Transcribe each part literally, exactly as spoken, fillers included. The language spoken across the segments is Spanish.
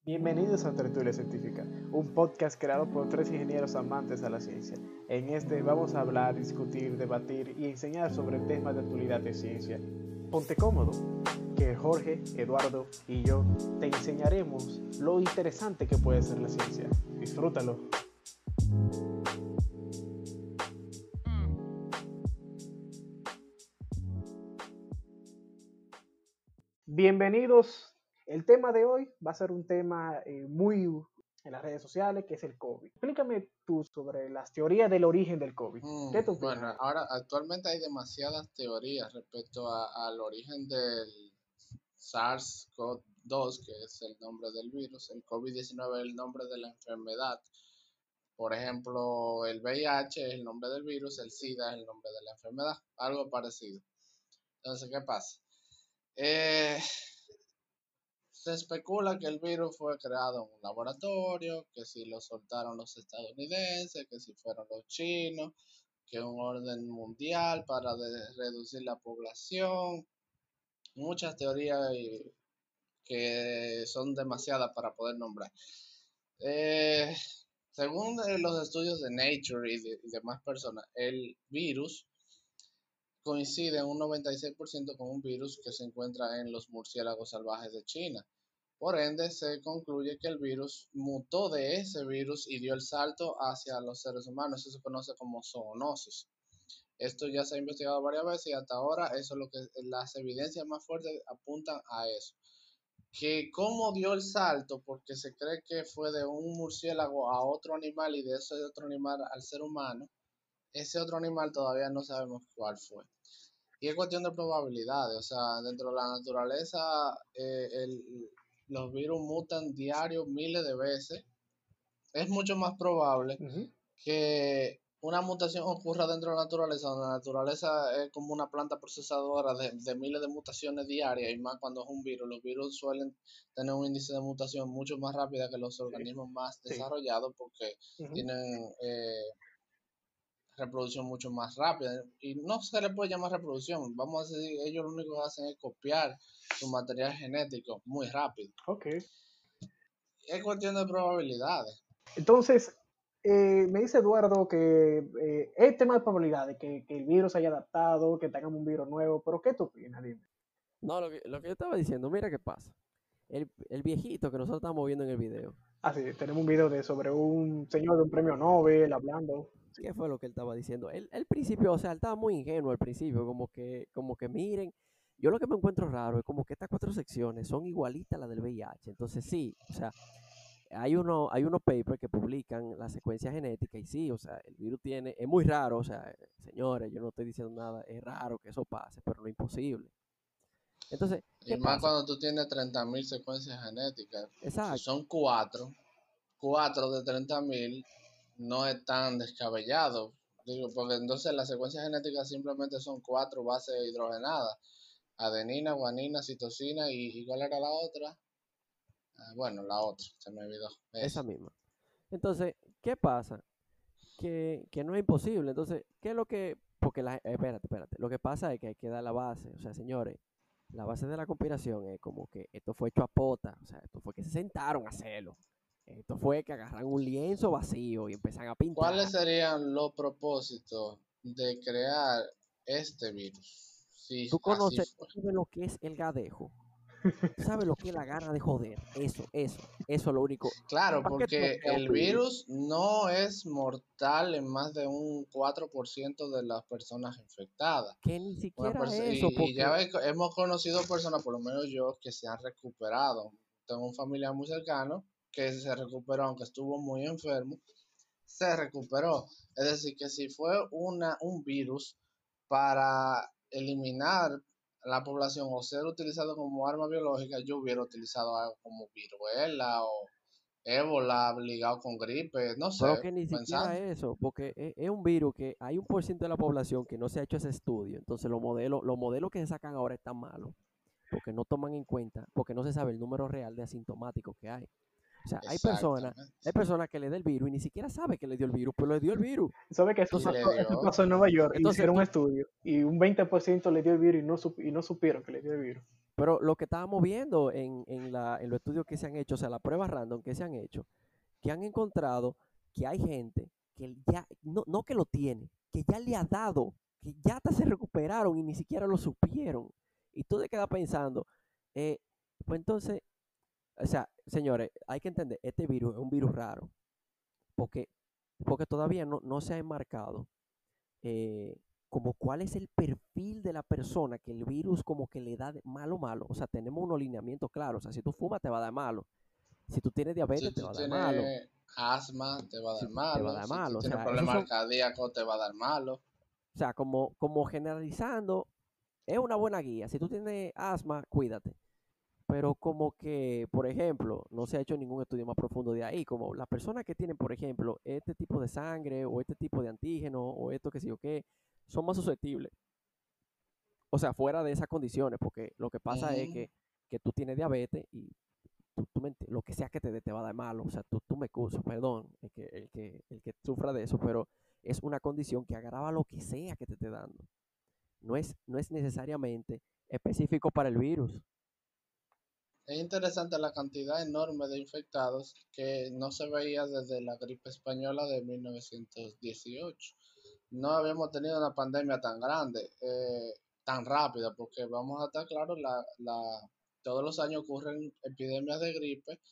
Bienvenidos a Tertulia Científica, un podcast creado por tres ingenieros amantes a la ciencia. En este vamos a hablar, discutir, debatir y enseñar sobre temas de actualidad de ciencia. Ponte cómodo, que Jorge, Eduardo y yo te enseñaremos lo interesante que puede ser la ciencia. Disfrútalo. Bienvenidos. El tema de hoy va a ser un tema eh, muy en las redes sociales, que es el COVID. Explícame tú sobre las teorías del origen del COVID. Mm, ¿Qué tú opinas? bueno, ahora actualmente hay demasiadas teorías respecto a- al origen del SARS-CoV dos, que es el nombre del virus, el COVID diecinueve es el nombre de la enfermedad. Por ejemplo, el V I H es el nombre del virus, el SIDA es el nombre de la enfermedad, algo parecido. Entonces, ¿qué pasa? Eh, Se especula que el virus fue creado en un laboratorio, que si lo soltaron los estadounidenses, que si fueron los chinos, que un orden mundial para de- reducir la población. Muchas teorías y- que son demasiadas para poder nombrar. Eh, Según eh, los estudios de Nature y, de, y demás personas, el virus coincide en un noventa y seis por ciento con un virus que se encuentra en los murciélagos salvajes de China. Por ende, se concluye que el virus mutó de ese virus y dio el salto hacia los seres humanos. Eso se conoce como zoonosis. Esto ya se ha investigado varias veces y hasta ahora eso es lo que las evidencias más fuertes apuntan a eso. Que cómo dio el salto, porque se cree que fue de un murciélago a otro animal y de ese otro animal al ser humano. Ese otro animal todavía no sabemos cuál fue. Y es cuestión de probabilidades, o sea, dentro de la naturaleza eh, el, los virus mutan diario miles de veces. Es mucho más probable Uh-huh. que una mutación ocurra dentro de la naturaleza, donde la naturaleza es como una planta procesadora de, de miles de mutaciones diarias, y más cuando es un virus. Los virus suelen tener un índice de mutación mucho más rápida que los Sí, organismos más sí. desarrollados porque Uh-huh. tienen eh, reproducción mucho más rápida. Y no se le puede llamar reproducción, vamos a decir, ellos lo único que hacen es copiar su material genético muy rápido. Ok. Es cuestión de probabilidades. Entonces, eh, me dice Eduardo que eh, es tema de probabilidades, que, que el virus se haya adaptado, que tengamos un virus nuevo, pero ¿qué tú opinas? Dime. No, lo que, lo que yo estaba diciendo, mira qué pasa. El, el viejito que nosotros estamos viendo en el video, Ah, sí, tenemos un video de sobre un señor de un premio Nobel hablando. Sí. ¿qué fue lo que él estaba diciendo? Él, al principio, o sea, él estaba muy ingenuo al principio, como que, como que miren, yo lo que me encuentro raro es como que estas cuatro secciones son igualitas a las del V I H. Entonces sí, o sea, hay uno, hay unos papers que publican la secuencia genética y sí, o sea, el virus tiene, es muy raro, o sea, señores, yo no estoy diciendo nada, es raro que eso pase, pero no es imposible. Entonces, Y ¿qué más pasa? cuando tú tienes treinta mil secuencias genéticas. Si Exacto. son cuatro, cuatro de treinta mil no es tan descabellado. Digo, porque entonces las secuencias genéticas simplemente son cuatro bases hidrogenadas. Adenina, guanina, citosina y, ¿y cuál era la otra? Ah, bueno, la otra, se me olvidó. Esa Eso. misma. Entonces, ¿qué pasa? Que, que no es imposible. Entonces, ¿qué es lo que...? Porque, la, eh, espérate, espérate. Lo que pasa es que hay que dar la base. O sea, señores, la base de la conspiración es como que esto fue hecho a pota. O sea, esto fue que se sentaron a hacerlo. Esto fue que agarran un lienzo vacío y empiezan a ¿Cuáles pintar. serían los propósitos de crear este virus? Si Tú así conoces, tú fue. sabes lo que es el gadejo. Tú sabes lo que es la gana de joder. Eso, eso. Eso es lo único. Claro, ¿Para qué tú vas a porque crear un el virus? virus no es mortal en más de un cuatro por ciento de las personas infectadas. Que ni Una siquiera perso- eso, y, y ya porque... ve- hemos conocido personas, por lo menos yo, que se han recuperado. Tengo un familiar muy cercano que se recuperó, aunque estuvo muy enfermo, se recuperó. Es decir, que si fue una, un virus para eliminar la población o ser utilizado como arma biológica, yo hubiera utilizado algo como viruela o ébola ligado con gripe, no Pero sé, que ni siquiera pensando. eso, porque es, es un virus que hay un por ciento de la población que no se ha hecho ese estudio. Entonces los modelos, los modelos que se sacan ahora están malos, porque no toman en cuenta, porque no se sabe el número real de asintomáticos que hay. O sea, hay personas, Exactamente. hay personas que le da el virus y ni siquiera sabe que le dio el virus, pero le dio el virus. ¿Sabe que eso Y Entonces, le pasó, eso dio. pasó en Nueva York? entonces Hicieron un tú, estudio y un veinte por ciento le dio el virus y no, sup- y no supieron que le dio el virus. Pero lo que estábamos viendo en, en, la, en los estudios que se han hecho, o sea, las pruebas random que se han hecho, que han encontrado que hay gente que ya, no, no que lo tiene, que ya le ha dado, que ya hasta se recuperaron y ni siquiera lo supieron. Y tú te quedas pensando, eh, pues entonces, o sea, señores, hay que entender, este virus es un virus raro, porque, porque todavía no, no se ha enmarcado eh, como cuál es el perfil de la persona que el virus como que le da de malo malo. O sea, tenemos unos lineamientos claros. O sea, si tú fumas te va a dar malo. Si tú tienes diabetes Si te tú va a dar malo. tienes asma, te va a Si dar tú- te va a malo. dar Si tú malo. O tienes sea, esos problemas son, cardíacos, te va a dar malo. o sea, como, como generalizando, es una buena guía. Si tú tienes asma, cuídate. Pero como que, por ejemplo, no se ha hecho ningún estudio más profundo de ahí, como las personas que tienen, por ejemplo, este tipo de sangre o este tipo de antígeno o esto que sé yo qué, son más susceptibles. O sea, fuera de esas condiciones, porque lo que pasa es Ujú. que, que tú tienes diabetes y tú, tú me enti- lo que sea que te dé te va a dar malo. O sea, tú, tú me excuso, perdón, el que, el, que, el que sufra de eso, pero es una condición que agrava lo que sea que te esté dando. No es, no es necesariamente específico para el virus. Es interesante la cantidad enorme de infectados que no se veía desde la gripe española de mil novecientos dieciocho. No habíamos tenido una pandemia tan grande, eh, tan rápida, porque vamos a estar claros, la, la, todos los años ocurren epidemias de gripe,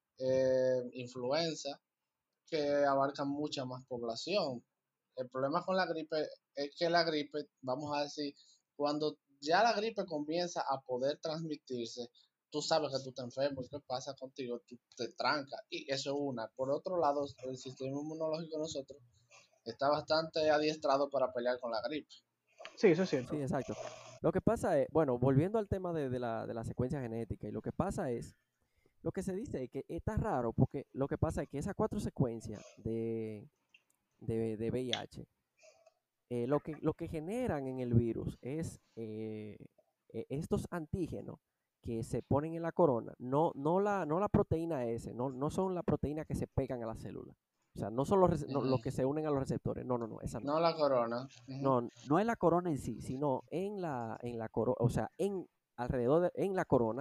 eh, influenza, que abarcan mucha más población. El problema con la gripe es que la gripe, vamos a decir, cuando ya la gripe comienza a poder transmitirse, tú sabes que tú te enfermo y qué pasa contigo, tú te trancas. Y eso es una. Por otro lado, el sistema inmunológico de nosotros está bastante adiestrado para pelear con la gripe. Sí, eso es Sí, cierto. exacto. Lo que pasa es, bueno, volviendo al tema de, de la, de la secuencia genética, y lo que pasa es, lo que se dice es que está raro, porque lo que pasa es que esas cuatro secuencias de, de, de V I H, eh, lo, que, lo que generan en el virus es eh, eh, estos antígenos que se ponen en la corona, no, no, la, no la proteína S, no, no son las proteínas que se pegan a la célula. O sea, no son los, rece- no, Ujú. los que se unen a los receptores. No, no, no, esa no. No la corona. Ujú. No, no es la corona en sí, sino en la, en la corona, o sea, en alrededor de, en la corona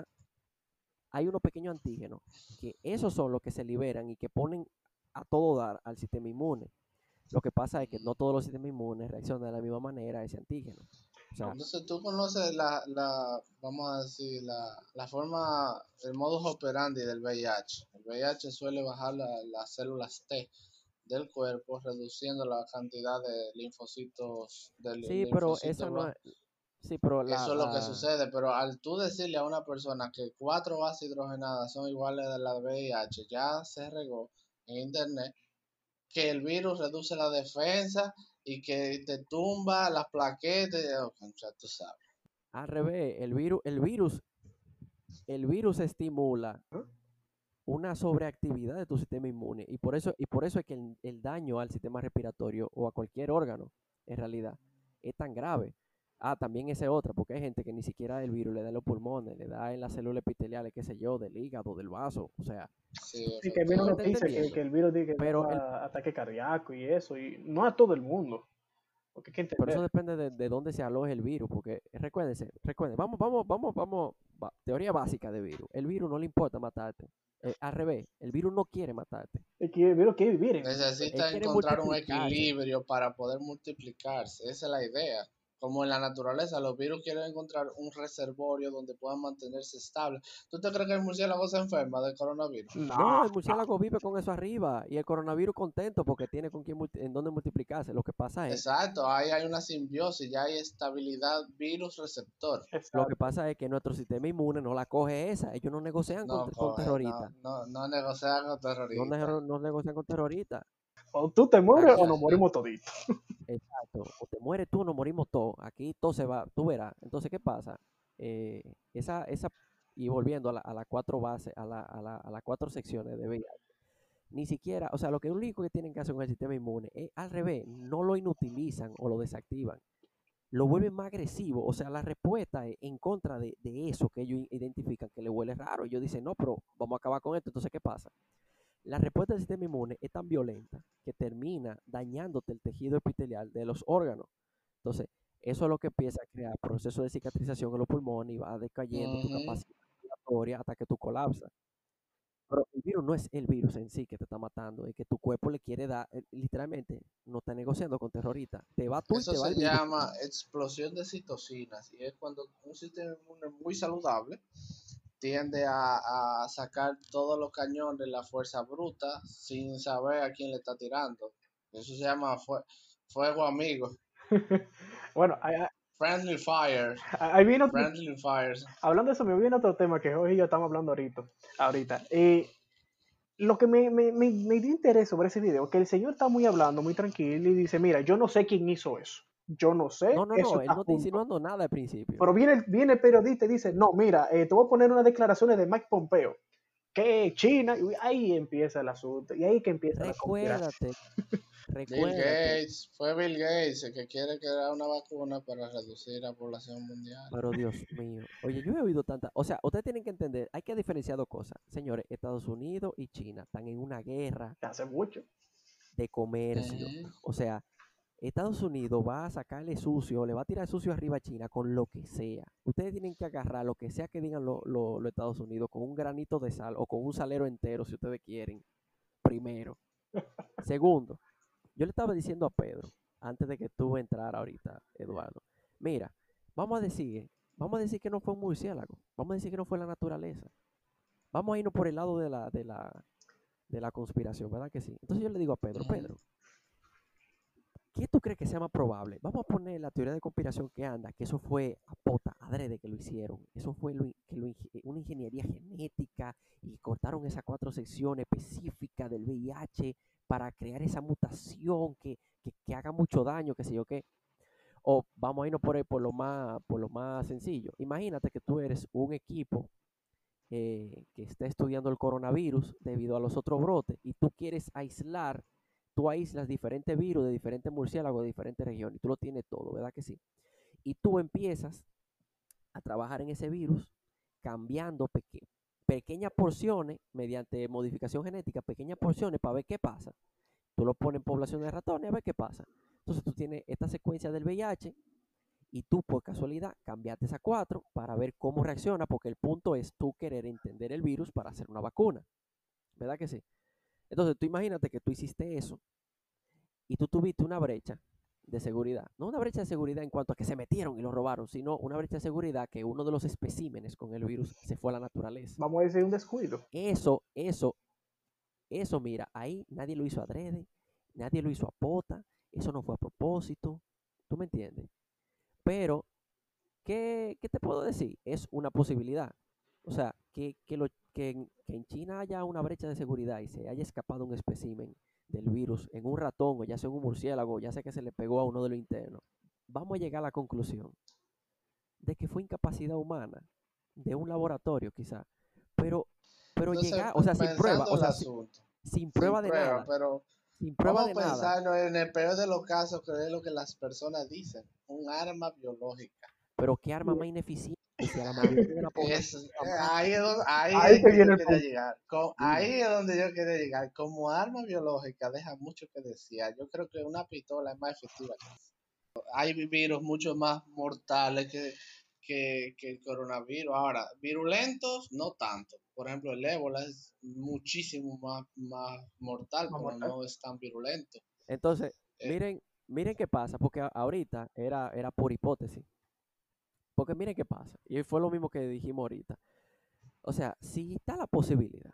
hay unos pequeños antígenos que esos son los que se liberan y que ponen a todo dar al sistema inmune. Lo que pasa es que no todos los sistemas inmunes reaccionan de la misma manera a ese antígeno. O sea, Entonces tú conoces la, la vamos a decir, la, la forma, el modus operandi del V I H. El V I H suele bajar la- las células T del cuerpo, reduciendo la cantidad de linfocitos del sí, pero esa linfocito no es, rojo. sí, pero la, Eso es lo que la, sucede, pero al tú decirle a una persona que cuatro bases hidrogenadas son iguales a la V I H, ya se regó en internet que el virus reduce la defensa y que te tumba las plaquetas, oh, concha, tú sabes. al revés, el virus, el virus, el virus estimula una sobreactividad de tu sistema inmune y por eso, y por eso es que el, el daño al sistema respiratorio o a cualquier órgano, en realidad, es tan grave. Ah, también esa es otra, porque hay gente que ni siquiera el virus le da en los pulmones, le da en las células epiteliales, qué sé yo, del hígado, del vaso, o sea, Sí, Sí, que viene tú me estás noticia que, entendiendo. que el virus dice que Pero, el, da ataque cardíaco y eso, y no a todo el mundo, porque hay que pero eso entender. depende de, de dónde se aloje el virus, porque recuérdense, recuerden, vamos, vamos, vamos, vamos, va, teoría básica de virus. El virus no le importa matarte. Eh, al revés, el virus no quiere matarte. Es que el virus quiere vivir en el mundo. Él necesita quiere encontrar un multiplicarse. equilibrio para poder multiplicarse. Esa es la idea. Como en la naturaleza, los virus quieren encontrar un reservorio donde puedan mantenerse estables. ¿Tú te crees que el murciélago se enferma del coronavirus? No, No, el murciélago vive con eso arriba y el coronavirus contento porque tiene con quién multi- en dónde multiplicarse. Lo que pasa es, Exacto, ahí hay una simbiosis, ya hay estabilidad virus-receptor. lo que exacto. pasa es que nuestro sistema inmune no la coge esa. Ellos no negocian con, No ter- con coge, no, terroristas. no, no negociar con No, terroristas. nego- no negocian con terroristas. O tú te mueres o Aquí, nos morimos toditos. exacto. O te mueres tú o nos morimos todos. Aquí todo se va, tú verás. Entonces, ¿qué pasa? Eh, esa, esa, y volviendo a las a las cuatro bases, a, la, a, la- a las cuatro secciones de V I H, ni siquiera, o sea, lo que único que tienen que hacer con el sistema inmune es al revés, no lo inutilizan o lo desactivan, lo vuelven más agresivo, o sea, la respuesta es en contra de, de eso que ellos identifican que le huele raro. Ellos dicen, no, pero vamos a acabar con esto. Entonces, ¿qué pasa? La respuesta del sistema inmune es tan violenta que termina dañándote el tejido epitelial de los órganos. Entonces, eso es lo que empieza a crear proceso de cicatrización en los pulmones y va decayendo tu Ujú. capacidad respiratoria hasta que tú colapsas. Pero el virus no es el virus en sí que te está matando, es que tu cuerpo le quiere dar, eh, literalmente, no está negociando con terrorista. Te va tú y Eso te va el se virus. llama explosión de citocinas y es cuando un sistema inmune muy saludable tiende a, a sacar todos los cañones de la fuerza bruta sin saber a quién le está tirando. Eso se llama fue- fuego amigo. Bueno, ahí, Friendly fire. ahí viene otro, Friendly fires. hablando de eso, me viene otro tema que hoy y yo estamos hablando ahorita. ahorita. Eh, lo que me, me, me, me dio interés sobre ese video, que el señor está muy hablando, muy tranquilo y dice, mira, yo no sé quién hizo eso. Yo no sé, No, no, eso no, él está no a está punto. insinuando nada al principio. Pero viene, viene el periodista y dice, no, mira, eh, te voy a poner unas declaraciones de Mike Pompeo, que China, y ahí empieza el asunto, y ahí que empieza la conspiración. Recuérdate, Bill recuérdate. Gates, fue Bill Gates el que quiere crear una vacuna para reducir la población mundial. Pero Dios mío, oye, yo he oído tanta, o sea, ustedes tienen que entender, hay que diferenciar dos cosas. Señores, Estados Unidos y China están en una guerra Hace mucho. de comercio. Ujú. O sea, Estados Unidos va a sacarle sucio, le va a tirar sucio arriba a China con lo que sea. Ustedes tienen que agarrar lo que sea que digan los lo, lo Estados Unidos con un granito de sal o con un salero entero si ustedes quieren, primero. Segundo, yo le estaba diciendo a Pedro, antes de que tú entraras ahorita, Eduardo, mira, vamos a decir, vamos a decir que no fue un murciélago, vamos a decir que no fue la naturaleza. Vamos a irnos por el lado de la, de la, de la conspiración, ¿verdad que sí? Entonces yo le digo a Pedro, Ujú. Pedro, ¿qué tú crees que sea más probable? Vamos a poner la teoría de conspiración que anda, que eso fue a pota, adrede que lo hicieron. Eso fue lo, que lo, una ingeniería genética y cortaron esas cuatro secciones específicas del V I H para crear esa mutación que, que, que haga mucho daño, qué sé yo qué. O vamos a irnos por, por, lo más, por lo más sencillo. Imagínate que tú eres un equipo eh, que está estudiando el coronavirus debido a los otros brotes y tú quieres aislar, tú aíslas diferentes virus de diferentes murciélagos de diferentes regiones y tú lo tienes todo, ¿verdad que sí? Y tú empiezas a trabajar en ese virus cambiando peque pequeñas porciones mediante modificación genética, pequeñas porciones para ver qué pasa. Tú lo pones en población de ratones a ver qué pasa. Entonces tú tienes esta secuencia del V I H y tú por casualidad cambiaste esa cuatro para ver cómo reacciona, porque el punto es tú querer entender el virus para hacer una vacuna, ¿verdad que sí? Entonces tú imagínate que tú hiciste eso y tú tuviste una brecha de seguridad, no una brecha de seguridad en cuanto a que se metieron y lo robaron, sino una brecha de seguridad que uno de los especímenes con el virus se fue a la naturaleza. Vamos a decir un descuido. Eso, eso, eso, mira, ahí nadie lo hizo adrede, nadie lo hizo a pota, eso no fue a propósito, ¿tú me entiendes? Pero ¿Qué, ¿qué te puedo decir? Es una posibilidad. O sea, que, que, lo, que, en, que en China haya una brecha de seguridad y se haya escapado un espécimen del virus en un ratón o ya sea en un murciélago, ya sea que se le pegó a uno de los internos, vamos a llegar a la conclusión de que fue incapacidad humana de un laboratorio quizá, pero, pero Entonces, llegar, o sea, sin prueba, pensando o el sea, sin, asunto, sin sin prueba de prueba, nada, pero sin prueba vamos de a nada, pensar en el peor de los casos, que es lo que las personas dicen, un arma biológica. pero qué arma más ineficiente si a la mayoría de la Es, población la eh, mata. ahí, es donde, ahí Ahí es que que yo viene el quería punto. llegar. Con- Dime. ahí es donde yo quería llegar. Como arma biológica deja mucho que desear. Yo creo que una pistola es más efectiva que eso. Hay virus mucho más mortales que, que, que el coronavirus. Ahora, virulentos, no tanto. Por ejemplo, el ébola es muchísimo más, más mortal, Más pero mortal. no es tan virulento. Entonces, Eh, miren, miren qué pasa, porque a- ahorita era, era por hipótesis. Porque miren qué pasa, y fue lo mismo que dijimos ahorita. O sea, si está la posibilidad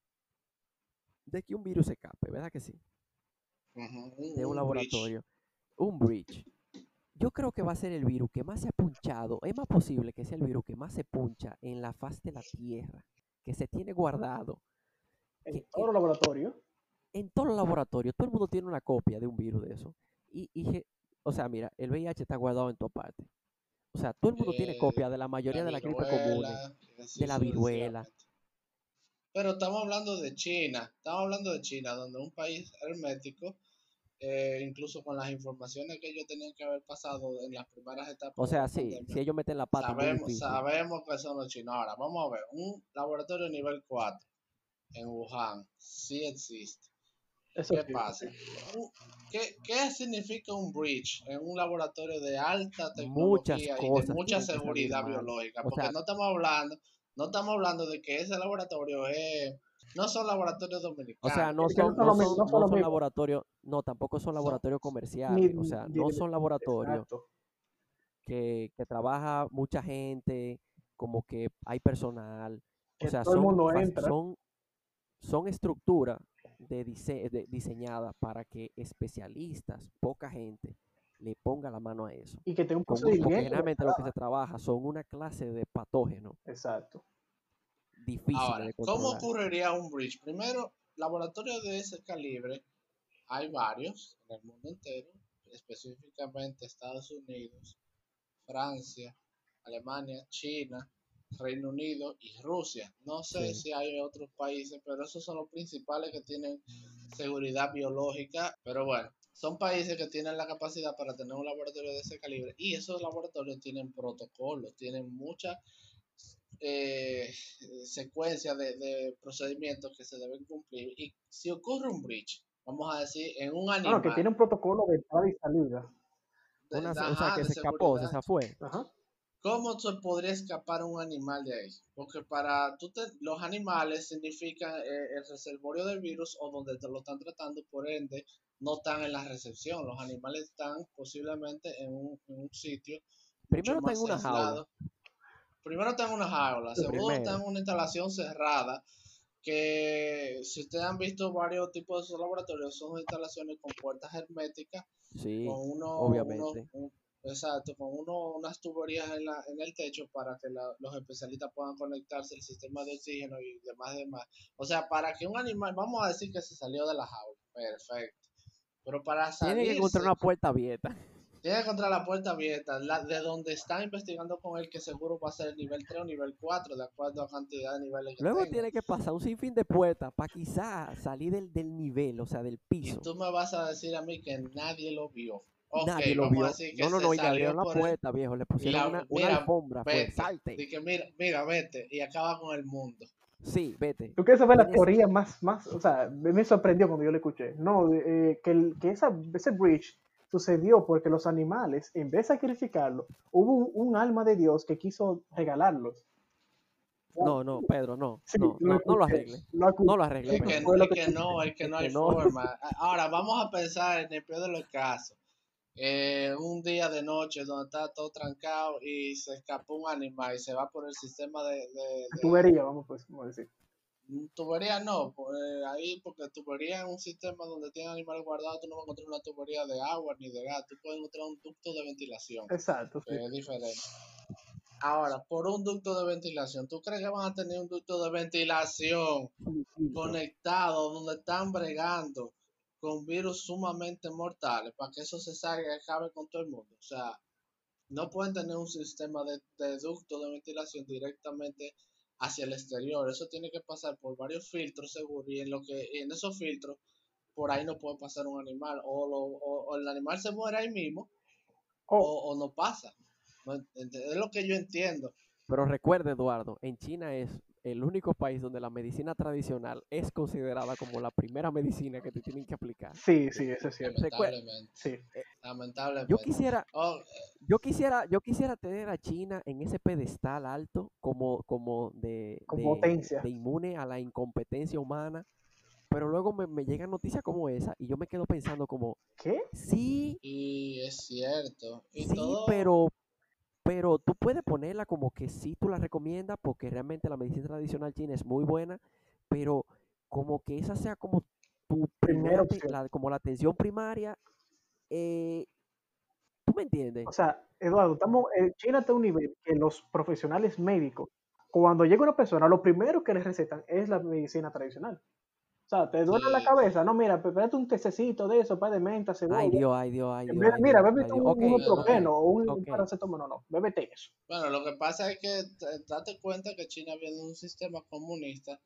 de que un virus se escape, ¿verdad que sí? ujú, un, De un un bridge. laboratorio, un breach. Yo creo que va a ser el virus que más se ha punchado. Es más posible que sea el virus que más se puncha en la faz de la Tierra, que se tiene guardado, En que, todos que los laboratorios. en todos los laboratorios, todo el mundo tiene una copia de un virus de eso. Y, y je- o sea, mira, el V I H está guardado en toda parte. O sea, todo el mundo tiene copia eh, de la la mayoría de las gripes comunes, viruela, y de así la viruela. sucesivamente. Pero estamos hablando de China, estamos hablando de China, donde un país hermético, eh, incluso con las informaciones que ellos tenían que haber pasado en las primeras etapas O de sea, la sí, pandemia, si ellos meten la pata es muy sabemos, difícil. sabemos que son los chinos. Ahora, vamos a ver, un laboratorio nivel cuatro en Wuhan sí existe. Eso ¿Qué sí, pasa? sí. Un- ¿Qué, qué significa un breach en un laboratorio de alta Muchas tecnología y de cosas mucha tienen que salir seguridad mal. biológica? O Porque sea, no estamos hablando, no estamos hablando de que ese laboratorio es, no son laboratorios o sea, dominicanos, no Es que no son, son no lo mismo, son, no son no lo son mismo. laboratorios, no, tampoco son son, laboratorios Ni, comerciales. O sea, no ni- son laboratorios exacto. que, que trabaja mucha gente, como que hay personal. O Que sea, todo el son, mundo fac- entra son, son estructuras de dise- de- diseñadas para que especialistas, poca gente, le ponga la mano a eso. y que tenga un Con un- porque procedimiento de generalmente lo que se trabajo. trabaja son una clase de patógenos Exacto. difíciles Ahora, de ¿cómo controlar. ocurriría un breach? Primero, laboratorios de ese calibre hay varios en el mundo entero, específicamente Estados Unidos, Francia, Alemania, China, Reino Unido y Rusia. No sé Sí. si hay otros países, pero esos son los principales que tienen seguridad biológica. Pero bueno, son países que tienen la capacidad para tener un laboratorio de ese calibre y esos laboratorios tienen protocolos, tienen muchas eh, secuencias de, de procedimientos que se deben cumplir. Y si ocurre un breach, vamos a decir, en un Bueno, que tiene animal, un protocolo de entrada y salida. Una, de, de, o sea, ajá, que de se escapó, se seguridad. zafue. Ajá. ¿Cómo se podría escapar un animal de ahí? Porque para tú te, los animales significan eh, el reservorio del virus o donde te lo están tratando, por ende, no están en la recepción. Los animales están posiblemente en un, en un sitio mucho Primero está en más una jaula. aislado. Primero están en una jaula, Lo segundo están Primero. en una instalación cerrada, que si ustedes han visto varios tipos de esos laboratorios, son instalaciones con puertas herméticas Sí, con uno, uno, obviamente. un- exacto, con uno, unas tuberías en, la, en el techo para que la- los especialistas puedan conectarse al sistema de oxígeno y demás, demás. O sea, para que un animal, vamos a decir que se salió de la jaula, perfecto. Pero para Tiene que encontrar salirse, una puerta abierta. tiene que encontrar la puerta abierta, la, de donde están investigando con él, que seguro va a ser el nivel tres o nivel cuatro de acuerdo a cantidad de niveles que Luego tenga. tiene que pasar un sinfín de puertas para quizás salir del, del nivel, o sea, del Y piso. tú me vas a decir a mí que nadie lo vio. Ok, Nadie lo vamos a vio. decir que No, no, se no, y le abrieron salió la por el, puerta, viejo. Le y pusieron la, una, una mira, alfombra, fue, vete. salte. Dije, mira, mira, vete. Y acaba con el mundo. Sí, vete. ¿Tú quieres saber la Tienes, teoría más, más, o sea, me sorprendió cuando yo lo escuché? No, eh, que, el- que esa, ese breach sucedió porque los animales, en vez de sacrificarlo, hubo un, un alma de Dios que quiso regalarlos. no, no, Pedro, no, Sí, no, lo no, no lo escuché, arregle. lo escuché. No lo arregle, Es que, Eso Pedro. fue lo es que que escuché. no, es que Es no que hay no. forma. Ahora, vamos a pensar en el peor de los casos. Eh, un día de noche donde está todo trancado y se escapó un animal y se va por el sistema de, de, de Tubería, vamos, pues, vamos a decir. tubería, no, pues, eh, ahí porque tubería es un sistema donde tienen animales guardados, tú no vas a encontrar una tubería de agua ni de gas, tú puedes encontrar un ducto de ventilación, Exacto, sí. que es diferente. Ahora, por un ducto de ventilación, ¿tú crees que van a tener un ducto de ventilación Sí, filtro. conectado donde están bregando con virus sumamente mortales para que eso se salga y acabe con todo el mundo? O sea, no pueden tener un sistema de, de ducto de ventilación directamente hacia el exterior. Eso tiene que pasar por varios filtros seguros y en lo que en esos filtros por ahí no puede pasar un animal o, lo, o, o el animal se muere ahí mismo Oh, o, o no pasa. No, es lo que yo entiendo. Pero recuerde, Eduardo, en China es el único país donde la medicina tradicional es considerada como la primera medicina que te tienen que aplicar. sí, sí, eso es cierto. Recue- Lamentablemente. Sí, eh, yo Lamentablemente. quisiera, Oh, yo quisiera, yo quisiera tener a China en ese pedestal alto como, como de, con de, potencia. de inmune a la incompetencia humana, pero luego me, me llegan noticias como esa y yo me quedo pensando como, ¿Qué? sí, y es cierto. Y sí, todo, pero, pero tú puedes ponerla como que sí tú la recomiendas porque realmente la medicina tradicional china es muy buena, pero como que esa sea como tu Primera primera, te- opción. la, como la atención primaria, eh, ¿tú me entiendes? O sea, Eduardo, estamos, eh, China está a un nivel que los profesionales médicos, cuando llega una persona, lo primero que les recetan es la medicina tradicional. O sea, te duele la sí, cabeza, no, mira, prepárate un tececito de eso, para de menta, Ay cebolla. Dios, ay Dios, ay En Dios, vez de, ay mira, Dios, bébete ay un, Dios. Ok, un ok, bueno, ibuprofeno o un, un ok. paracetamol, no, no, bébete eso. bueno, lo que pasa es que t- date cuenta que China viene de un sistema comunista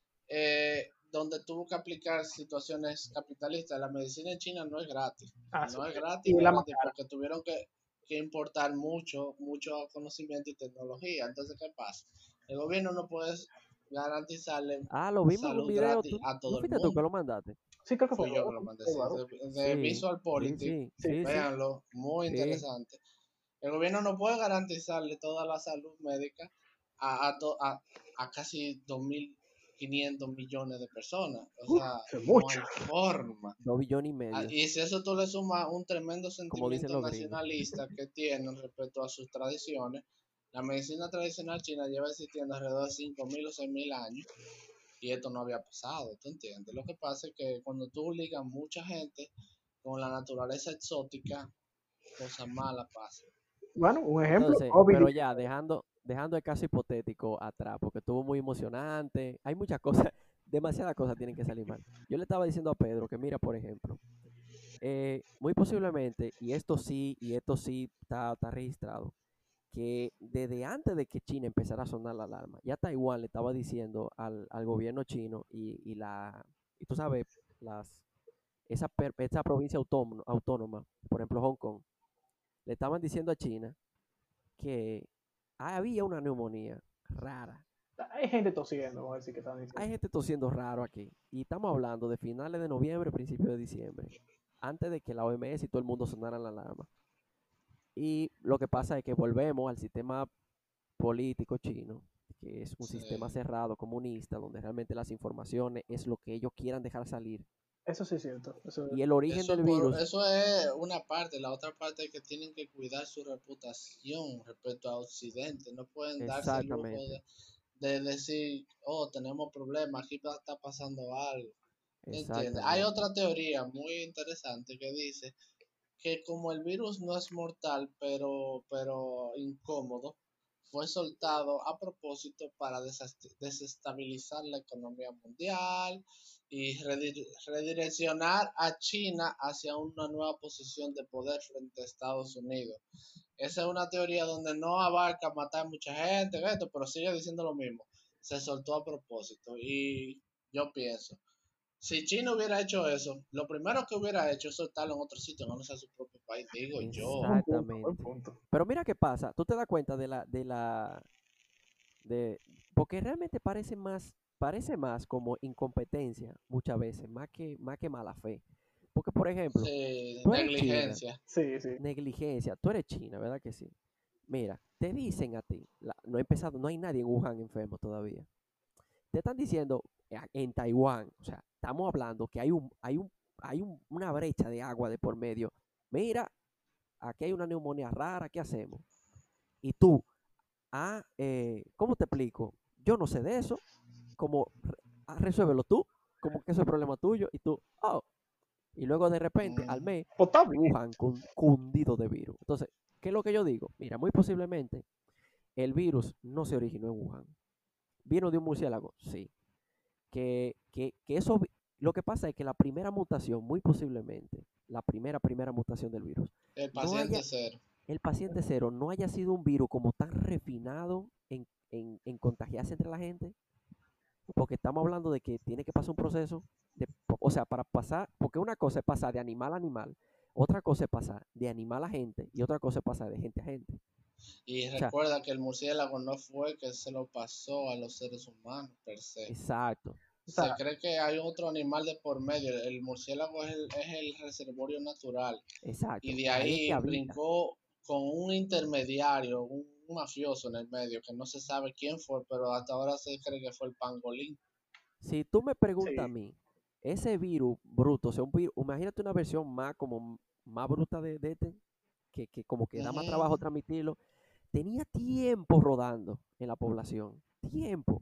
eh, donde tuvo que aplicar situaciones capitalistas. La medicina en China no es gratis. Ah, sí, No es gratis, y no es la más gratis cara. porque tuvieron que, que importar mucho, mucho conocimiento y tecnología. Entonces, ¿qué pasa? El gobierno no puede garantizarle Ah, lo vimos en un salud video. gratis ¿Tú, a no todo el fuiste tú que mundo. lo mandaste? Sí, creo que fue Fui yo que Eduardo. lo mandé, sí, Eduardo. de, de Sí, Visual sí, Politics. sí, Sí, sí, sí, Véanlo, muy sí. interesante. El gobierno no puede garantizarle toda la salud médica a, a, to- a, a casi dos mil quinientos millones de personas. O uf, sea, eso es no mucho. hay forma. Dos billones y Ah, medio, y si eso tú le sumas un tremendo como dicen sentimiento los gringos. nacionalista que tienen respecto a sus tradiciones, la medicina tradicional china lleva existiendo alrededor de cinco mil o seis mil años y esto no había pasado, ¿tú entiendes? Lo que pasa es que cuando tú ligas mucha gente con la naturaleza exótica, cosas malas pasan. Bueno, un ejemplo, Entonces, COVID pero ya, diecinueve. dejando, dejando el caso hipotético atrás, porque estuvo muy emocionante. Hay muchas cosas, demasiadas cosas tienen que salir mal. Yo le estaba diciendo a Pedro que, mira, por ejemplo, eh, muy posiblemente, y esto sí, y esto sí está, está registrado, que desde antes de que China empezara a sonar la alarma, ya Taiwán le estaba diciendo al, al gobierno chino y, y la, y tú sabes, las, esa, per- esa provincia autónoma, autónoma, por ejemplo Hong Kong, le estaban diciendo a China que había una neumonía rara. Hay gente tosiendo, vamos a decir que están diciendo. Hay gente tosiendo raro aquí. Y estamos hablando de finales de noviembre, principios de diciembre. Antes de que la O M S y todo el mundo sonaran la alarma. Y lo que pasa es que volvemos al sistema político chino, que es un sistema Sí. cerrado, comunista, donde realmente las informaciones es lo que ellos quieran dejar salir. Eso sí es cierto. Eso, Y el origen Eso, del por, virus, eso es una parte. La otra parte es que tienen que cuidar su reputación respecto a Occidente. No pueden darse el lujo exactamente, de, de decir, oh, tenemos problemas, aquí pa- está pasando algo. ¿Te entiendes? Hay exactamente. otra teoría muy interesante que dice que como el virus no es mortal, pero, pero incómodo, fue soltado a propósito para desast- desestabilizar la economía mundial y redir- redireccionar a China hacia una nueva posición de poder frente a Estados Unidos. Esa es una teoría donde no abarca matar mucha gente, esto, pero sigue diciendo lo mismo. Se soltó a propósito y yo pienso, si China hubiera hecho eso, lo primero que hubiera hecho es soltarlo en otro sitio, no sea su propio país, digo yo. buen punto, buen Exactamente. punto. Pero mira qué pasa, tú te das cuenta de la, de la, de, porque realmente parece más, parece más como incompetencia muchas veces, más que, más que mala fe. Porque, por ejemplo, Sí, tú eres China, negligencia. Sí, sí. negligencia, tú eres China, ¿verdad que sí? Mira, te dicen a ti, la- no ha empezado, no hay nadie en Wuhan enfermo todavía. Te están diciendo eh, en Taiwán, o sea, estamos hablando que hay un, hay un, hay un- una brecha de agua de por medio. Mira, aquí hay una neumonía rara, ¿qué hacemos? Y tú, ah, eh, ¿cómo te explico? Yo no sé de eso, como re- ah, resuélvelo tú, como que eso es problema tuyo, y tú, oh, y luego de repente al Mm, mes, Potable. Wuhan cun- cundido de virus. Entonces, ¿qué es lo que yo digo? Mira, muy posiblemente el virus no se originó en Wuhan. ¿Vino de un murciélago? Sí. Que, que, que eso, vi- lo que pasa es que la primera mutación, muy posiblemente, la primera, primera mutación del virus, el no paciente haya, cero. el paciente cero no haya sido un virus como tan refinado en, en, en contagiarse entre la gente, porque estamos hablando de que tiene que pasar un proceso, de, o sea, para pasar, porque una cosa es pasar de animal a animal, otra cosa es pasar de animal a gente y otra cosa es pasar de gente a gente. Y O sea, recuerda que el murciélago no fue que se lo pasó a los seres humanos per se. exacto, O Se sea, cree que hay otro animal de por medio. El murciélago es el, es el reservorio natural. Y exacto. de Ahí es que ahí habita. brincó con un intermediario, un, un mafioso en el medio, que no se sabe quién fue, pero hasta ahora se cree que fue el pangolín. Si tú me preguntas a sí. mí, ese virus bruto, o sea, un virus, imagínate una versión más como más bruta de, de este, que, que como que da más trabajo Ujú. transmitirlo, tenía tiempo rodando en la población, tiempo.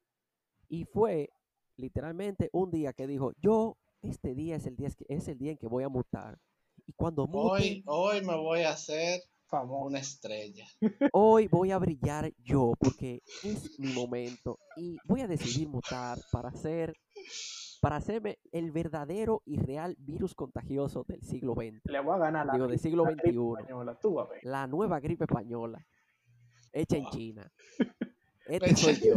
Y fue literalmente un día que dijo, yo, este día es el día, que- es el día en que voy a mutar. Y cuando mute, Hoy, hoy me voy a hacer una Famoso. estrella. hoy voy a brillar yo, porque es mi momento. Y voy a decidir mutar para ser para hacerme el verdadero y real virus contagioso del siglo veinte. Le voy a ganar la, Digo, del siglo la gripe veintiuno. española. Tú a ver. La nueva gripe española, hecha en Wow. China. Este soy Leche. yo,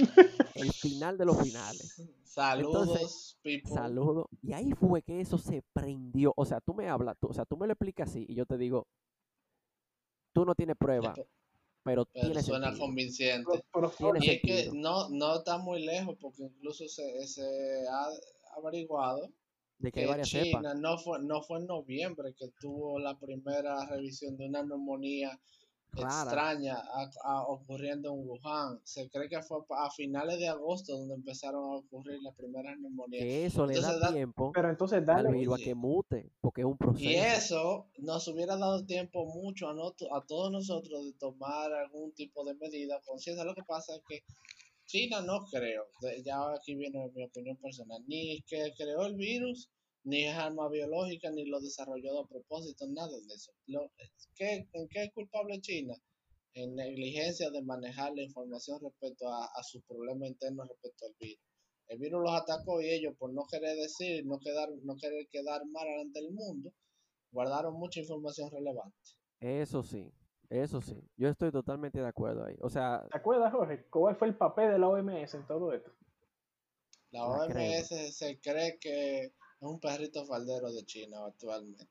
el final de los finales. Entonces, Saludos, people. saludo. Y ahí fue que eso se prendió. O sea, tú me hablas, tú, o sea, tú me lo explicas así y yo te digo, tú no tienes prueba. pero pero tiene suena sentido. convincente. Pero, pero Tiene Y es sentido. que no, no está muy lejos, porque incluso se, se ha averiguado De que hay que varias cepas. China no fue, no fue en noviembre que tuvo la primera revisión de una neumonía Rara. extraña a- a- ocurriendo en Wuhan. Se cree que fue a finales de agosto donde empezaron a ocurrir las primeras neumonías. Que eso le da Entonces, da- tiempo pero entonces al dale, virus a que oye, mute, porque es un y proceso. eso nos hubiera dado tiempo mucho a, no- a todos nosotros de tomar algún tipo de medida conciencia. Lo que pasa es que China no creo, de- ya aquí viene mi opinión personal, ni que creó el virus, ni es arma biológica, ni lo desarrolló a propósito, nada de eso. Lo, ¿qué, ¿En qué es culpable China? En negligencia de manejar la información respecto a, a sus problemas internos respecto al virus. El virus los atacó y ellos, por no querer decir, no, quedar, no querer quedar mal ante el mundo, guardaron mucha información relevante. Eso sí, eso sí. Yo estoy totalmente de acuerdo ahí. O sea, ¿te acuerdas, Jorge? ¿Cuál fue el papel de la O M S en todo esto? La la crema. O M S se cree que es un perrito faldero de China actualmente.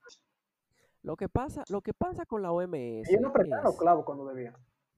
Lo que pasa, lo que pasa con la Ellos no O M S apretaron los es, clavos cuando debían.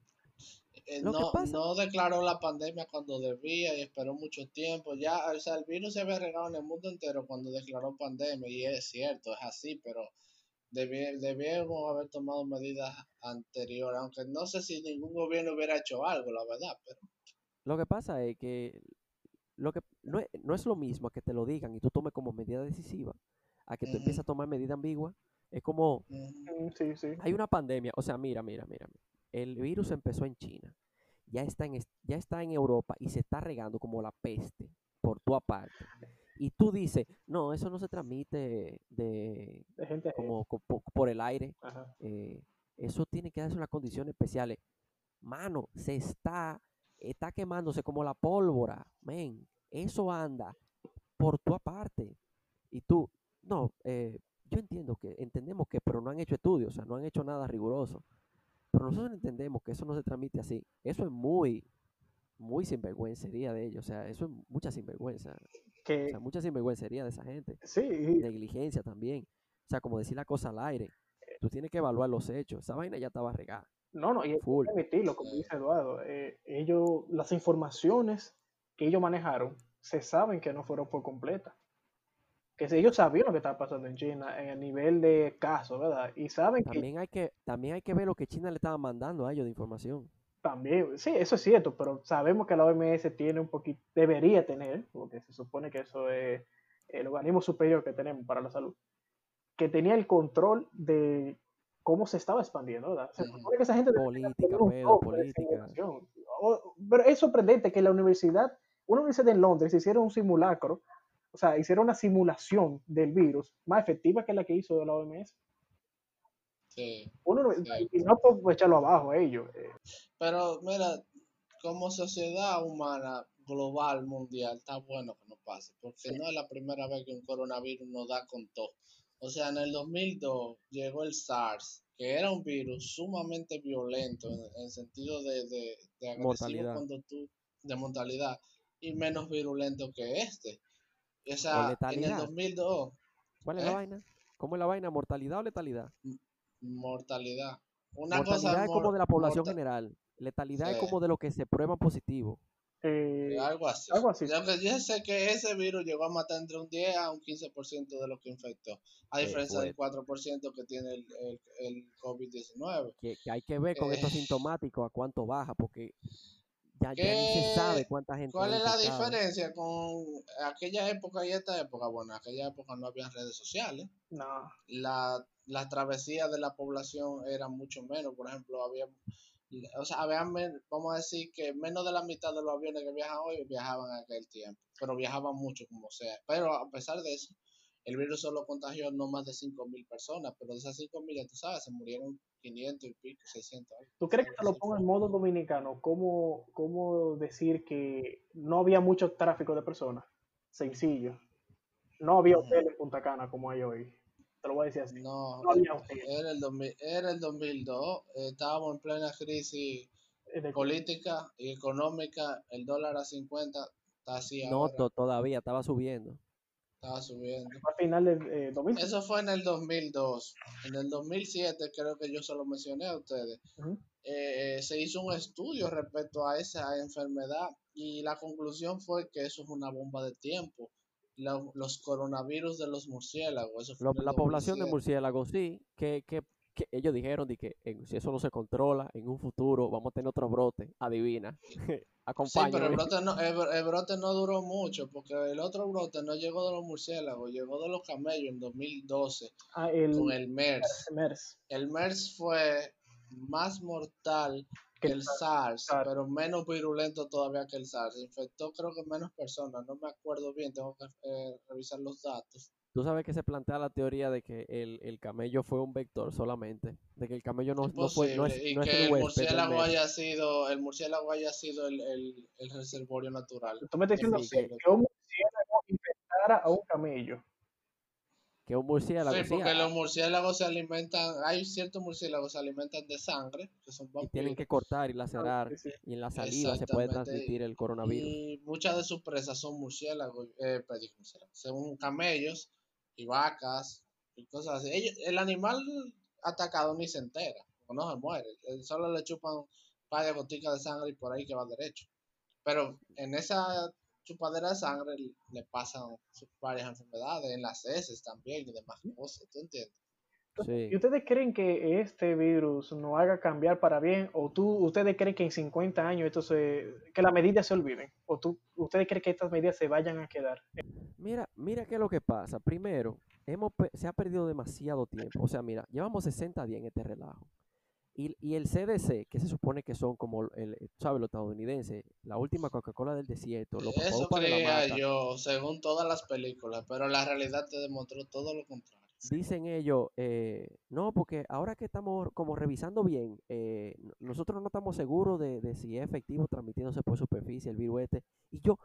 Eh, lo que no, pasa, no declaró la pandemia cuando debía y esperó mucho tiempo. Ya, o sea, el virus se había regado en el mundo entero cuando declaró pandemia y es cierto, es así, pero debi- debíamos haber tomado medidas anteriores, aunque no sé si ningún gobierno hubiera hecho algo, la verdad, pero lo que pasa es que lo que no es, no es lo mismo a que te lo digan y tú tomes como medida decisiva, a que tú ujú, empieces a tomar medida ambigua. Es como, ujú, Mm, sí, sí. hay una pandemia, o sea, mira, mira, mira, mira. El virus empezó en China, ya está en, es- ya está en Europa y se está regando como la peste por tu parte. Y tú dices, no, eso no se transmite de, De gente. como, co- po- por el aire. Ajá. eh, Eso tiene que darse unas condiciones especiales. Mano, se está, está quemándose como la pólvora, men. Eso anda por tu aparte. Y tú, no, eh, yo entiendo que, entendemos que, pero no han hecho estudios, o sea, no han hecho nada riguroso. Pero nosotros entendemos que eso no se transmite así. Eso es muy, muy sinvergüencería de ellos. O sea, eso es mucha sinvergüenza. O sea, Que mucha sinvergüencería de esa gente. sí, y- Negligencia también. O sea, como decir la cosa al aire. Tú tienes que evaluar los hechos. Esa vaina ya estaba regada. no, no, y hay que Full. admitirlo, como sí, dice Eduardo. Eh, ellos, las informaciones que ellos manejaron, se saben que no fueron por completa. Que si ellos sabían lo que estaba pasando en China en el nivel de casos, ¿verdad? Y saben que También hay que, también hay que ver lo que China le estaba mandando a ellos de información. también, sí, eso es cierto, pero sabemos que la O M S tiene un poquito, debería tener, porque se supone que eso es el organismo superior que tenemos para la salud, que tenía el control de cómo se estaba expandiendo, ¿verdad? Se ujú. supone que esa gente debería Política, tener un Pedro, toque de política. simulación. O- Pero es sorprendente que la universidad, una universidad en Londres, hiciera un simulacro, o sea, hiciera una simulación del virus más efectiva que la que hizo la O M S. Sí, Uno, no- y cierto. no puedo echarlo abajo a ellos. eh, Pero mira, como sociedad humana global, mundial, está bueno que no pase, porque Sí, no es la primera vez que un coronavirus nos da con todo. O sea, en el dos mil dos llegó el SARS, que era un virus sumamente violento en, en sentido de, de, de agresivo Mortalidad. cuando tú, de mortalidad, y menos virulento que este. O O sea, en el letalidad. dos mil dos, ¿Cuál es la ¿eh? vaina? ¿Cómo es la vaina? ¿Mortalidad o letalidad? M- Mortalidad. Una cosa es Mortalidad es como mor- de la población morta- general. Letalidad es sí. como de lo que se prueban positivo. eh, Algo así. algo así. Yo, que yo sé que ese virus llegó a matar entre un diez a un quince por ciento de lo que infectó, a Eh, diferencia del fuerte. cuatro por ciento que tiene el, el, el COVID diecinueve. Que, que hay que ver con Eh, estos sintomáticos a cuánto baja, porque ya, ya ni se sabe ¿qué, cuánta gente ¿Cuál hay es la infectada. diferencia con aquella época y esta época? Bueno, en aquella época no había redes sociales. No. La, la travesía de la población era mucho menos. Por ejemplo, había, o sea, había, men- vamos a decir que menos de la mitad de los aviones que viajan hoy viajaban en aquel tiempo, pero viajaban mucho como sea. Pero a pesar de eso, el virus solo contagió no más de cinco mil personas, pero de esas cinco mil, ya tú sabes, se murieron quinientos y pico, seiscientos, ¿Tú crees que algo te lo así pongo fue. en modo dominicano? ¿Cómo, cómo decir que no había mucho tráfico de personas? Sencillo. No había Ujú. hotel en Punta Cana como hay hoy. Te lo voy a decir así. No, No eh, había hotel. era el, dos mil era el dos mil dos, eh, estábamos en plena crisis eh, de- política y económica, el dólar a cincuenta está así No, ahora, to- todavía estaba subiendo. estaba subiendo. Al final del eh, dos mil cinco. Eso fue en el dos mil dos. En el dos mil siete creo que yo se lo mencioné a ustedes. Ujú. eh, se hizo un estudio respecto a esa enfermedad y la conclusión fue que eso es una bomba de tiempo. La- los coronavirus de los murciélagos, eso fue Lo- en el la población de dos mil siete. murciélagos, sí, que, que, que ellos dijeron de que en- si eso no se controla, en un futuro vamos a tener otro brote. Adivina. Sí, pero el Acompáñame. brote no, el, bro- el brote no duró mucho, porque el otro brote no llegó de los murciélagos, llegó de los camellos en dos mil doce Ah, con el el MERS. MERS, El MERS fue más mortal que que el el SARS, SARS. pero menos virulento todavía que el SARS. Infectó creo que menos personas, no me acuerdo bien, tengo que eh, revisar los datos. Tú sabes que se plantea la teoría de que el, el camello fue un vector solamente, de que el camello no, Es no fue, no posible, es, y no es el que el huésped del murciélago MERS. haya sido, el murciélago haya sido el, el, el reservorio natural. Tú me estás Es diciendo Sí, que, posible. que un murciélago infectara a un camello. que un Sí, murciélago, sí, porque a- los murciélagos se alimentan, hay ciertos murciélagos que se alimentan de sangre, que son y tienen que vampiros. cortar y Ah, lacerar, sí, sí. y en la saliva se puede Exactamente. transmitir el coronavirus. Y muchas de sus presas son murciélagos, eh, pues, digo, murciélagos, son camellos y vacas y cosas así. Ellos- el animal atacado ni se entera, o no se muere. Él solo le chupan un par de goticas de sangre y por ahí que va derecho. Pero en esa chupadera de sangre le pasan varias enfermedades, en las heces también y demás cosas, ¿tú entiendes? ¿Y Sí. ustedes creen que este virus nos haga cambiar para bien? ¿O tú, ustedes creen que en cincuenta años esto se, que las medidas se olviden? ¿O tú, ustedes creen que estas medidas se vayan a quedar? Mira, mira qué es lo que pasa. Primero, hemos, pe- se ha perdido demasiado tiempo. O sea, mira, llevamos sesenta días en este relajo. Y, y el C D C, que se supone que son como, el, ¿sabes? Los estadounidenses, la última Coca-Cola del desierto, los Eso papaupas de la creía mata, yo, según todas las películas, pero la realidad te demostró todo lo contrario. dicen ellos, eh, no, porque ahora que estamos como revisando bien, eh, n- nosotros no estamos seguros de, de si es efectivo transmitiéndose por superficie el virus este. Y yo,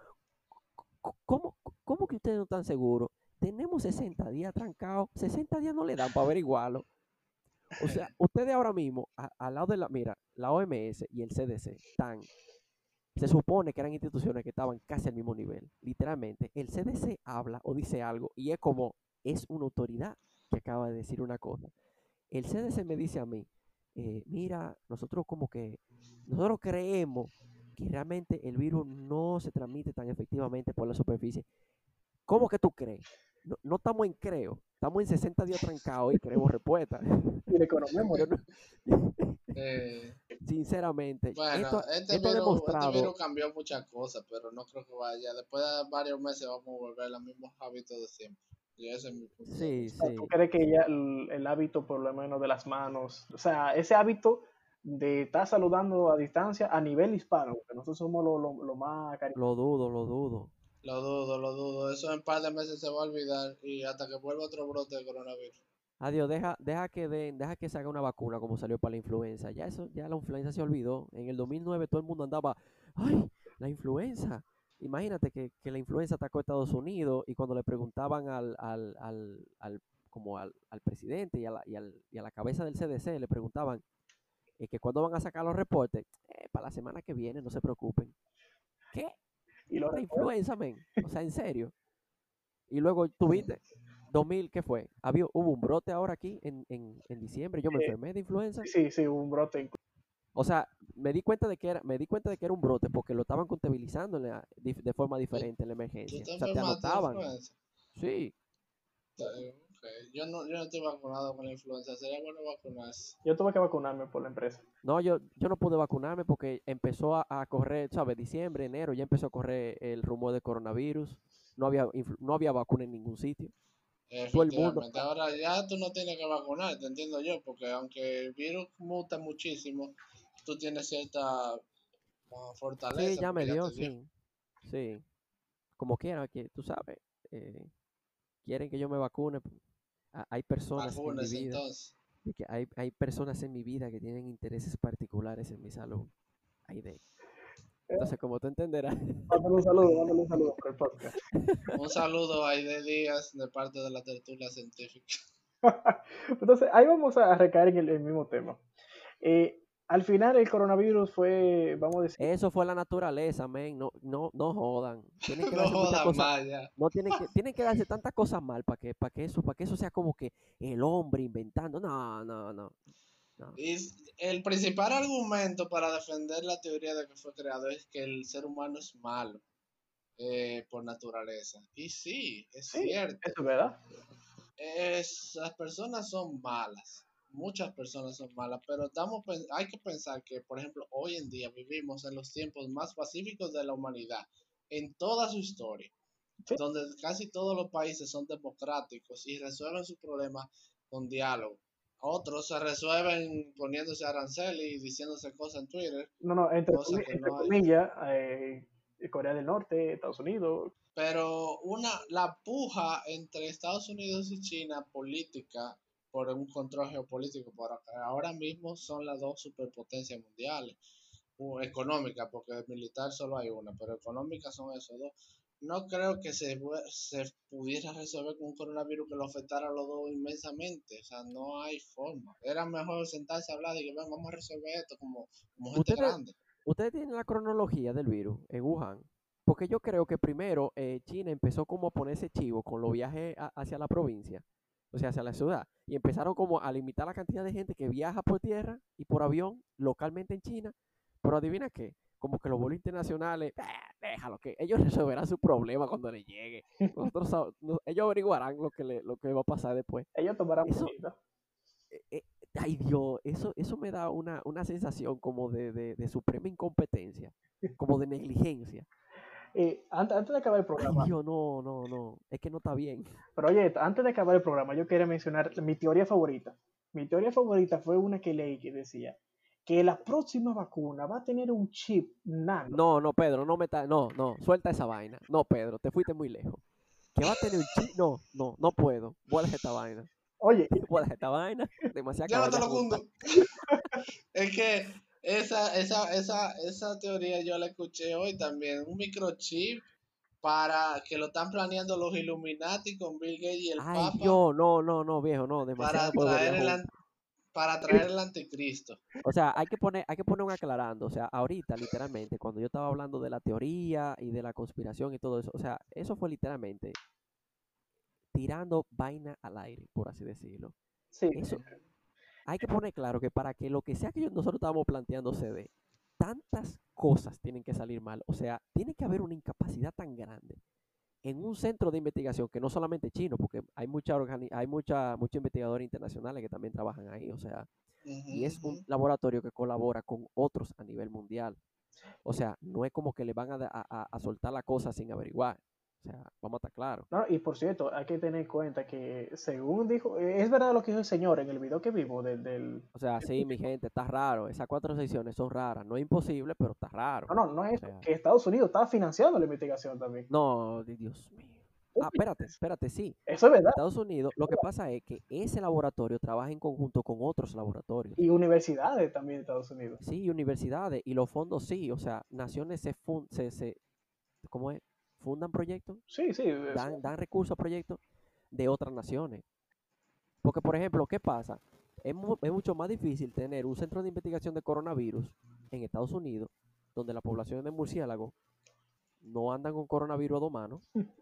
c- ¿cómo, cómo que ustedes no están seguros? Tenemos sesenta días trancados, sesenta días no le dan para averiguarlo. O sea, ustedes ahora mismo, a- al lado de la, mira, la O M S y el C D C están, se supone que eran instituciones que estaban casi al mismo nivel. Literalmente, el C D C habla o dice algo y es como, es una autoridad que acaba de decir una cosa. El C D C me dice a mí, eh, mira, nosotros como que, nosotros creemos que realmente el virus no se transmite tan efectivamente por la superficie. ¿Cómo que tú crees? No, no estamos en creo, estamos en sesenta días trancados y queremos respuesta. Y la economía Yo muere. no, Eh, sinceramente, bueno, esto, este esto ha virus, este demostrado, virus cambió muchas cosas, pero no creo que vaya. Después de varios meses vamos a volver a los mismos hábitos de siempre. Y ese es mi punto de sí, vista. ¿Tú sí, crees que ya el, el hábito, por lo menos de las manos, o sea, ese hábito de estar saludando a distancia a nivel hispano, porque nosotros somos lo, lo, lo más cari- lo dudo, lo dudo. Lo dudo, lo dudo. Eso en un par de meses se va a olvidar y hasta que vuelva otro brote de coronavirus. Adiós, deja, deja que den, deja que se haga una vacuna como salió para la influenza. Ya eso, ya la influenza se olvidó. En el dos mil nueve todo el mundo andaba, ay, la influenza. Imagínate que, que la influenza atacó a Estados Unidos y cuando le preguntaban al, al, al, al- como al, al presidente y a, la, y, al- y a la cabeza del C D C, le preguntaban eh, que cuándo van a sacar los reportes. "Eh, para la semana que viene, no se preocupen. ¿Qué? y lo La recuerdo. influenza, men. O sea, en serio. Y luego tuviste, dos mil, ¿qué fue? Había, hubo un brote ahora aquí en, en, en diciembre, yo me Eh, enfermé de influenza. sí, sí, hubo un brote. O sea, me di cuenta de que era, me di cuenta de que era un brote porque lo estaban contabilizando en la- dif- de forma ¿Tú, diferente en la tú emergencia. te O sea, te enfermaste de anotaban. influenza? Sí. Eh, ok. Yo no, yo no estoy vacunado con la influenza. Sería bueno vacunarse. Yo tuve que vacunarme por la empresa. No, yo, yo no pude vacunarme porque empezó a, a correr, ¿sabes? Diciembre, enero, ya empezó a correr el rumor de coronavirus. No había, influ- no había vacuna en ningún sitio. Todo el mundo, Efectivamente. Ahora ya tú no tienes que vacunarte, entiendo yo, porque aunque el virus muta muchísimo, tú tienes cierta uh, sí, fortaleza ya porque me ya dio, te dio. sí. Sí. Como quiera, que tú sabes. eh, quieren que yo me vacune. a- Hay personas en mi Vacúnese vida, entonces. de que hay, hay personas en mi vida que tienen intereses particulares en mi salud. Hay de. Eh, Entonces, como tú entenderás, Mándale un saludo, mándale un saludo por el podcast. Un saludo a Aide Díaz de parte de la tertulia científica. Entonces, ahí vamos a recaer en el, el mismo tema. Eh, al final, el coronavirus fue, vamos a decir, eso fue la naturaleza, men. No, no, no jodan. Tienen que No darse muchas jodas cosas. más ya. No tienen que, tienen que darse tantas cosas mal para que, para que eso, para que eso sea como que el hombre inventando. No, no, no. No. Y el principal argumento para defender la teoría de que fue creado es que el ser humano es malo eh, por naturaleza. Y sí, es Sí, cierto. eso es verdad. Es, las personas son malas. Muchas personas son malas, pero estamos, hay que pensar que, por ejemplo, hoy en día vivimos en los tiempos más pacíficos de la humanidad, en toda su historia, Sí. donde casi todos los países son democráticos y resuelven sus problemas con diálogo. Otros se resuelven poniéndose aranceles y diciéndose cosas en Twitter, No, no, entre, cosa que entre no hay. comillas, eh, Corea del Norte, Estados Unidos. Pero una, la puja entre Estados Unidos y China política por un control geopolítico, por ahora mismo son las dos superpotencias mundiales, o económica, porque militar solo hay una, pero económica son esos dos. No creo que se, se pudiera resolver con un coronavirus que lo afectara a los dos inmensamente. O sea, no hay forma. Era mejor sentarse a hablar y que "Ven, vamos a resolver esto como, como gente Ustedes, grande". ustedes tienen la cronología del virus en Wuhan. Porque yo creo que primero eh, China empezó como a ponerse chivo con los viajes a- hacia la provincia, o sea, hacia la ciudad. Y empezaron como a limitar la cantidad de gente que viaja por tierra y por avión localmente en China. Pero adivina qué, como que los vuelos internacionales, "Ah, déjalo que ellos resolverán su problema cuando les llegue. Nosotros, sab- no- ellos averiguarán lo que, le, lo que va a pasar después. Ellos tomarán Eso, medidas. eh, eh, ay Dios, eso, eso me da una, una sensación como de, de, de suprema incompetencia, como de negligencia. Eh, antes, antes de acabar el Ay programa, Dios, no, no, no, es que no está bien. pero oye, antes de acabar el programa, yo quería mencionar mi teoría favorita. Mi teoría favorita fue una que leí que decía que la próxima vacuna va a tener un chip nano. No, no, Pedro, no me está, no, no, suelta esa vaina. No, Pedro, te fuiste muy lejos. ¿Que va a tener un chip? No, no, no puedo. Vuelve esta vaina. Oye, Vuelve esta vaina. Demasiada Yo no te cabaña lo junta. cundo. Es que esa, esa, esa, esa teoría yo la escuché hoy también. Un microchip para que lo están planeando los Illuminati con Bill Gates y el Ay Papa Dios, no, no, no, viejo, no, para demasiada huevoría traer el, junta. an- para traer el anticristo. O sea, hay que poner, hay que poner un aclarando. O sea, ahorita, literalmente, cuando yo estaba hablando de la teoría y de la conspiración y todo eso, o sea, eso fue literalmente tirando vaina al aire, por así decirlo. sí, Eso, hay que poner claro que para que lo que sea que nosotros estábamos planteando se dé, tantas cosas tienen que salir mal. O sea, tiene que haber una incapacidad tan grande en un centro de investigación que no solamente chino, porque hay mucha organi- hay mucha, muchos investigadores internacionales que también trabajan ahí, o sea, Ujú, y es ujú. un laboratorio que colabora con otros a nivel mundial. O sea, no es como que le van a, da- a- a- a soltar la cosa sin averiguar. O sea, vamos a estar claros. no, y por cierto, hay que tener en cuenta que según dijo, eh, es verdad lo que dijo el señor en el video que vimos del, del... O sea, sí, mi gente, está raro. Esas cuatro secciones son raras. No es imposible, pero está raro. No, no, no O es eso, sea, que Estados Unidos está financiando la investigación también. no, di- Dios mío. Ah, espérate, espérate, sí. Eso es verdad. Estados Unidos, lo que pasa es que ese laboratorio trabaja en conjunto con otros laboratorios. Y universidades también de Estados Unidos. Sí, universidades y los fondos sí. O sea, naciones se, fun- se, se ¿cómo es? Fundan proyectos, Sí, sí, eso. dan, dan recursos a proyectos de otras naciones. Porque, por ejemplo, ¿qué pasa? Es, mu- es mucho más difícil tener un centro de investigación de coronavirus en Estados Unidos, donde la población de murciélagos no andan con coronavirus a dos manos,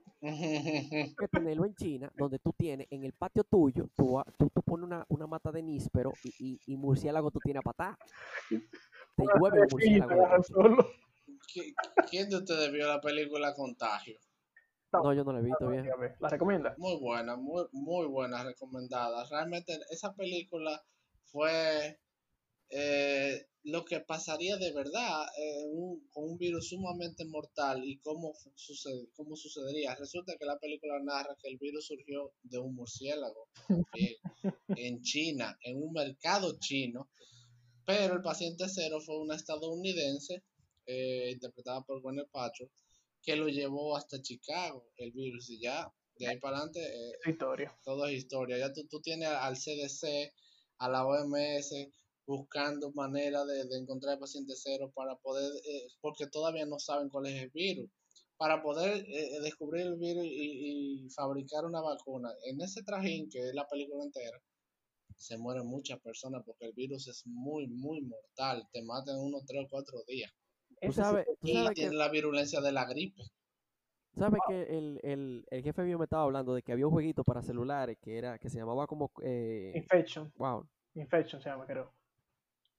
que tenerlo en China, donde tú tienes en el patio tuyo, tú, ha- tú, tú pones una, una mata de níspero y, y, y murciélago tú tienes a patá. Te llueven los Sí, te murciélagos de agarran noche. solo. ¿Qui- ¿Quién de ustedes vio la película Contagio? No, yo no lo he visto, viejo. Dígame, ¿la recomienda? Muy buena, muy, muy buena, recomendada. Realmente esa película fue eh, lo que pasaría de verdad eh, un- con un virus sumamente mortal y cómo, fu- sucede, cómo sucedería. Resulta que la película narra que el virus surgió de un murciélago también en China, en un mercado chino, pero el paciente cero fue una estadounidense eh, interpretada por Gwyneth Paltrow que lo llevó hasta Chicago, el virus, y ya de ahí para adelante eh, Esa historia. todo es historia. Ya tú, tú tienes al C D C, a la O M S, buscando manera de, de encontrar el paciente cero para poder, eh, porque todavía no saben cuál es el virus, para poder eh, descubrir el virus y, y fabricar una vacuna. En ese trajín, que es la película entera, se mueren muchas personas porque el virus es muy, muy mortal. Te mata en unos tres o cuatro días. Tú Ese sí. sabes, tú Y sabes que, tiene la virulencia de la gripe. sabes que el, el, el jefe mío me estaba hablando de que había un jueguito para celulares que era, que se llamaba como, eh, Infection. wow, Infection se llama, creo.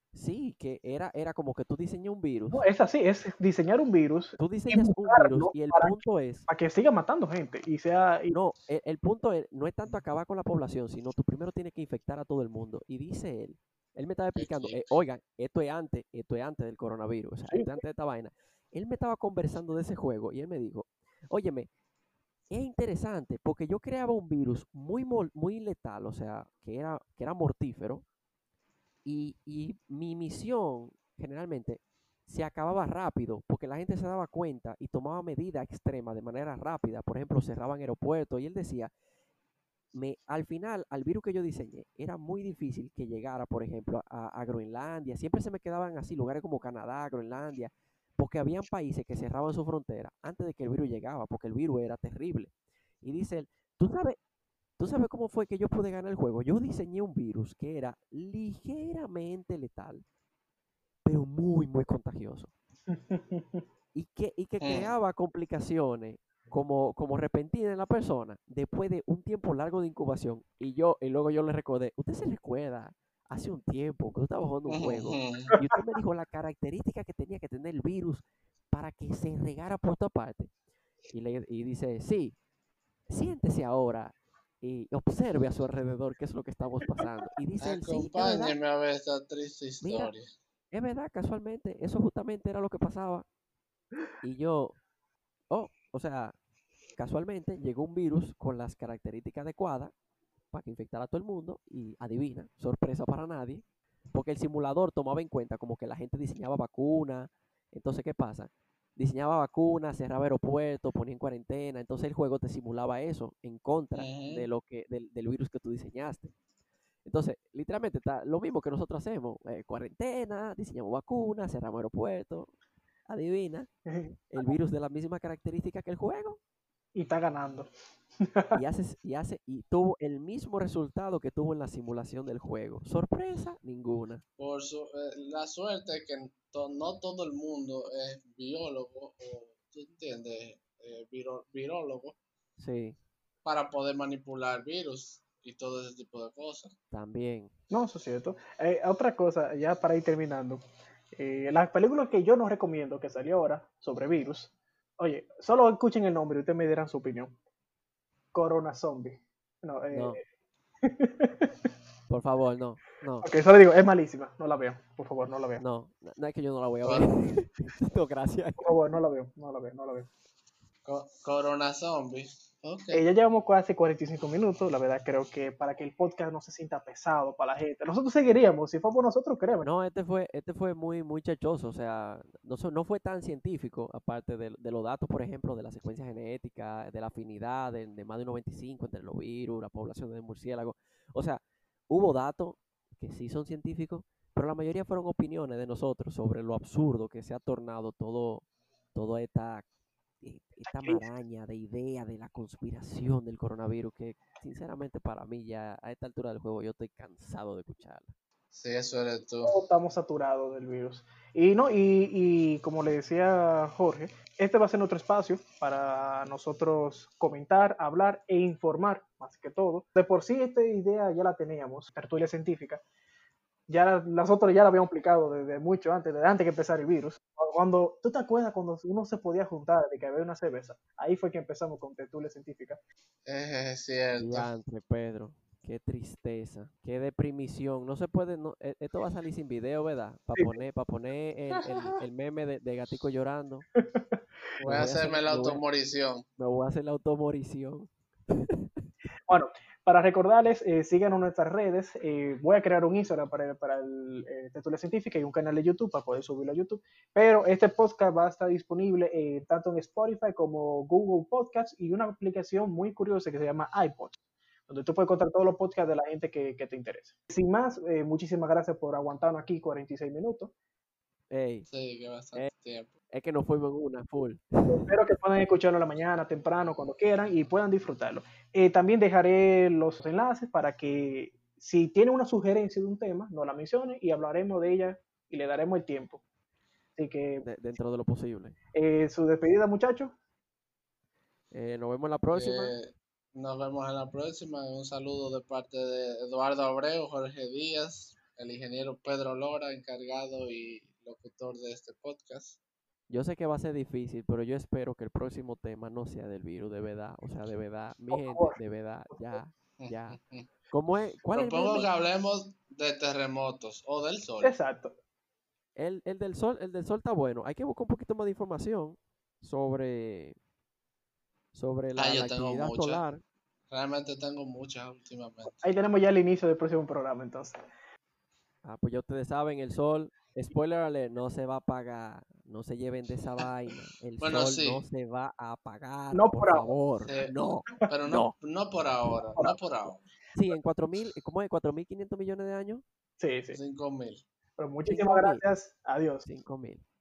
Sí, que era, era como que tú diseñas un virus. No, es así, es diseñar un virus Tú y diseñas un virus mutarlo y el para que, punto es, para que siga matando gente y sea... y- no, el, el punto es, no es tanto acabar con la población, sino tú primero tienes que infectar a todo el mundo. Y dice él, él me estaba Qué explicando, eh, creepy. oigan, esto es antes, esto es antes del coronavirus, o sea, sí, esto es antes de esta vaina. Él me estaba conversando de ese juego y él me dijo, óyeme, es interesante porque yo creaba un virus muy, mol- muy letal, o sea, que era, que era mortífero, y, y mi misión generalmente se acababa rápido porque la gente se daba cuenta y tomaba medidas extremas de manera rápida. Por ejemplo, cerraban aeropuertos y él decía, me, al final, al virus que yo diseñé, era muy difícil que llegara, por ejemplo, a, a Groenlandia. Siempre se me quedaban así, lugares como Canadá, Groenlandia, porque habían países que cerraban su frontera antes de que el virus llegaba, porque el virus era terrible. Y dice él, ¿tú sabes, ¿tú sabes cómo fue que yo pude ganar el juego? Yo diseñé un virus que era ligeramente letal, pero muy, muy contagioso. Y que, y que Hmm. creaba complicaciones como, como repentinas en la persona después de un tiempo largo de incubación. Y yo, y luego yo le recordé, ¿usted se recuerda hace un tiempo que usted estaba jugando un juego y usted me dijo la característica que tenía que tener el virus para que se regara por toda parte? Y, le, y dice, sí, siéntese ahora y observe a su alrededor qué es lo que estamos pasando. Y dice él, sí, es verdad, Acompáñeme a ver esta triste mira, historia. es verdad, casualmente, eso justamente era lo que pasaba. Y yo, oh, o sea, casualmente llegó un virus con las características adecuadas para que infectara a todo el mundo y adivina, sorpresa para nadie, porque el simulador tomaba en cuenta como que la gente diseñaba vacunas. Entonces, ¿qué pasa? Diseñaba vacunas, cerraba aeropuertos, ponía en cuarentena, entonces el juego te simulaba eso en contra de Ujú. lo que, del, del virus que tú diseñaste. Entonces, literalmente está lo mismo que nosotros hacemos, eh, cuarentena, diseñamos vacunas, cerramos aeropuertos, adivina, el virus de la misma característica que el juego y está ganando. y hace, y hace y tuvo el mismo resultado que tuvo en la simulación del juego. Sorpresa, ninguna. Por su, eh, la suerte es que to- no todo el mundo es biólogo o, ¿tú entiendes? Eh, viro- virólogo Sí, para poder manipular virus y todo ese tipo de cosas. también. No, eso es cierto. Eh, otra cosa, ya para ir terminando. Eh, la película que yo no recomiendo, que salió ahora, sobre virus. Oye, solo escuchen el nombre y ustedes me dirán su opinión. Corona Zombie. No, eh, No, por favor, no, no, ok, solo digo, es malísima. No la vean. Por favor, no la vean. no. No, no es que yo no la voy a ver. Cor- No, gracias. Por favor, no la veo. No la veo, no la veo. co- Corona Zombie. Ok. Eh, ya llevamos casi cuarenta y cinco minutos. La verdad, creo que para que el podcast no se sienta pesado para la gente. Nosotros seguiríamos. Si fue por nosotros, créeme. No, este fue, este fue muy, muy chachoso, o sea, no, so- no fue tan científico, aparte de, de los datos, por ejemplo, de la secuencia genética, de la afinidad de, de más de noventa y cinco entre los virus, la población de murciélagos. O sea, hubo datos que sí son científicos, pero la mayoría fueron opiniones de nosotros sobre lo absurdo que se ha tornado todo, toda esta, e- esta maraña de ideas de la conspiración del coronavirus, que sinceramente para mí ya a esta altura del juego yo estoy cansado de escucharla. Sí, eso eres tú. Todos estamos saturados del virus. Y no, y, y como le decía Jorge, este va a ser nuestro espacio para nosotros comentar, hablar e informar, más que todo. De por sí, esta idea ya la teníamos, tertulia científica. Ya nosotros ya la habíamos aplicado desde mucho antes, desde antes que empezara el virus. Cuando, ¿tú te acuerdas cuando uno se podía juntar de que había una cerveza? Ahí fue que empezamos con tertulia científica. Es cierto. Diantre, Pedro. Qué tristeza, qué deprimición. No se puede, no, e- esto va a salir sin video, ¿verdad? Para Sí. poner, para poner el, el, el meme de, de gatico llorando. Me Voy a voy a hacerme hacer, la me voy a, automorición. me voy a hacer la automorición. Bueno, para recordarles, eh, síganos en nuestras redes. Eh, voy a crear un Instagram para, para el eh, Tertulia Científica y un canal de YouTube para poder subirlo a YouTube. Pero este podcast va a estar disponible eh, tanto en Spotify como Google Podcasts y una aplicación muy curiosa que se llama iPod, donde tú puedes encontrar todos los podcasts de la gente que, que te interese. Sin más, eh, muchísimas gracias por aguantarnos aquí cuarenta y seis minutos. Ey, Sí, que eh, bastante tiempo. es que nos fuimos en una, full. Espero que puedan escucharlo en la mañana, temprano, cuando quieran y puedan disfrutarlo. Eh, también dejaré los enlaces para que si tiene una sugerencia de un tema, nos la mencione y hablaremos de ella y le daremos el tiempo. Así que De- dentro de lo posible. eh, su despedida, muchachos. Eh, nos vemos en la próxima. Eh, nos vemos en la próxima. Un saludo de parte de Eduardo Abreu, Jorge Díaz. el ingeniero Pedro Lora, encargado y locutor de este podcast. Yo sé que va a ser difícil, pero yo espero que el próximo tema no sea del virus, de verdad. O sea, de verdad, mi Por gente, favor. de verdad, ya, ya. ¿Cómo es? ¿Cuál es el Propongo meme? que hablemos de terremotos o del sol. Exacto. El, el del sol, el del sol está bueno. Hay que buscar un poquito más de información sobre, sobre la, Ah, yo la tengo actividad muchas. solar. Realmente tengo muchas últimamente. Ahí tenemos ya el inicio del próximo programa, entonces. Ah, pues ya ustedes saben, el sol, spoiler alert, no se va a apagar. No se lleven de esa vaina. El Bueno, sol no sí. se va a apagar, No por por ahora. favor. Sí, No, pero no, no. no por ahora, Por no ahora. por ahora. Sí, en cuatro mil, ¿cómo es? cuatro mil quinientos millones de años. Sí, sí. Cinco mil. Pero muchísimas cinco mil. gracias. Adiós. cinco mil.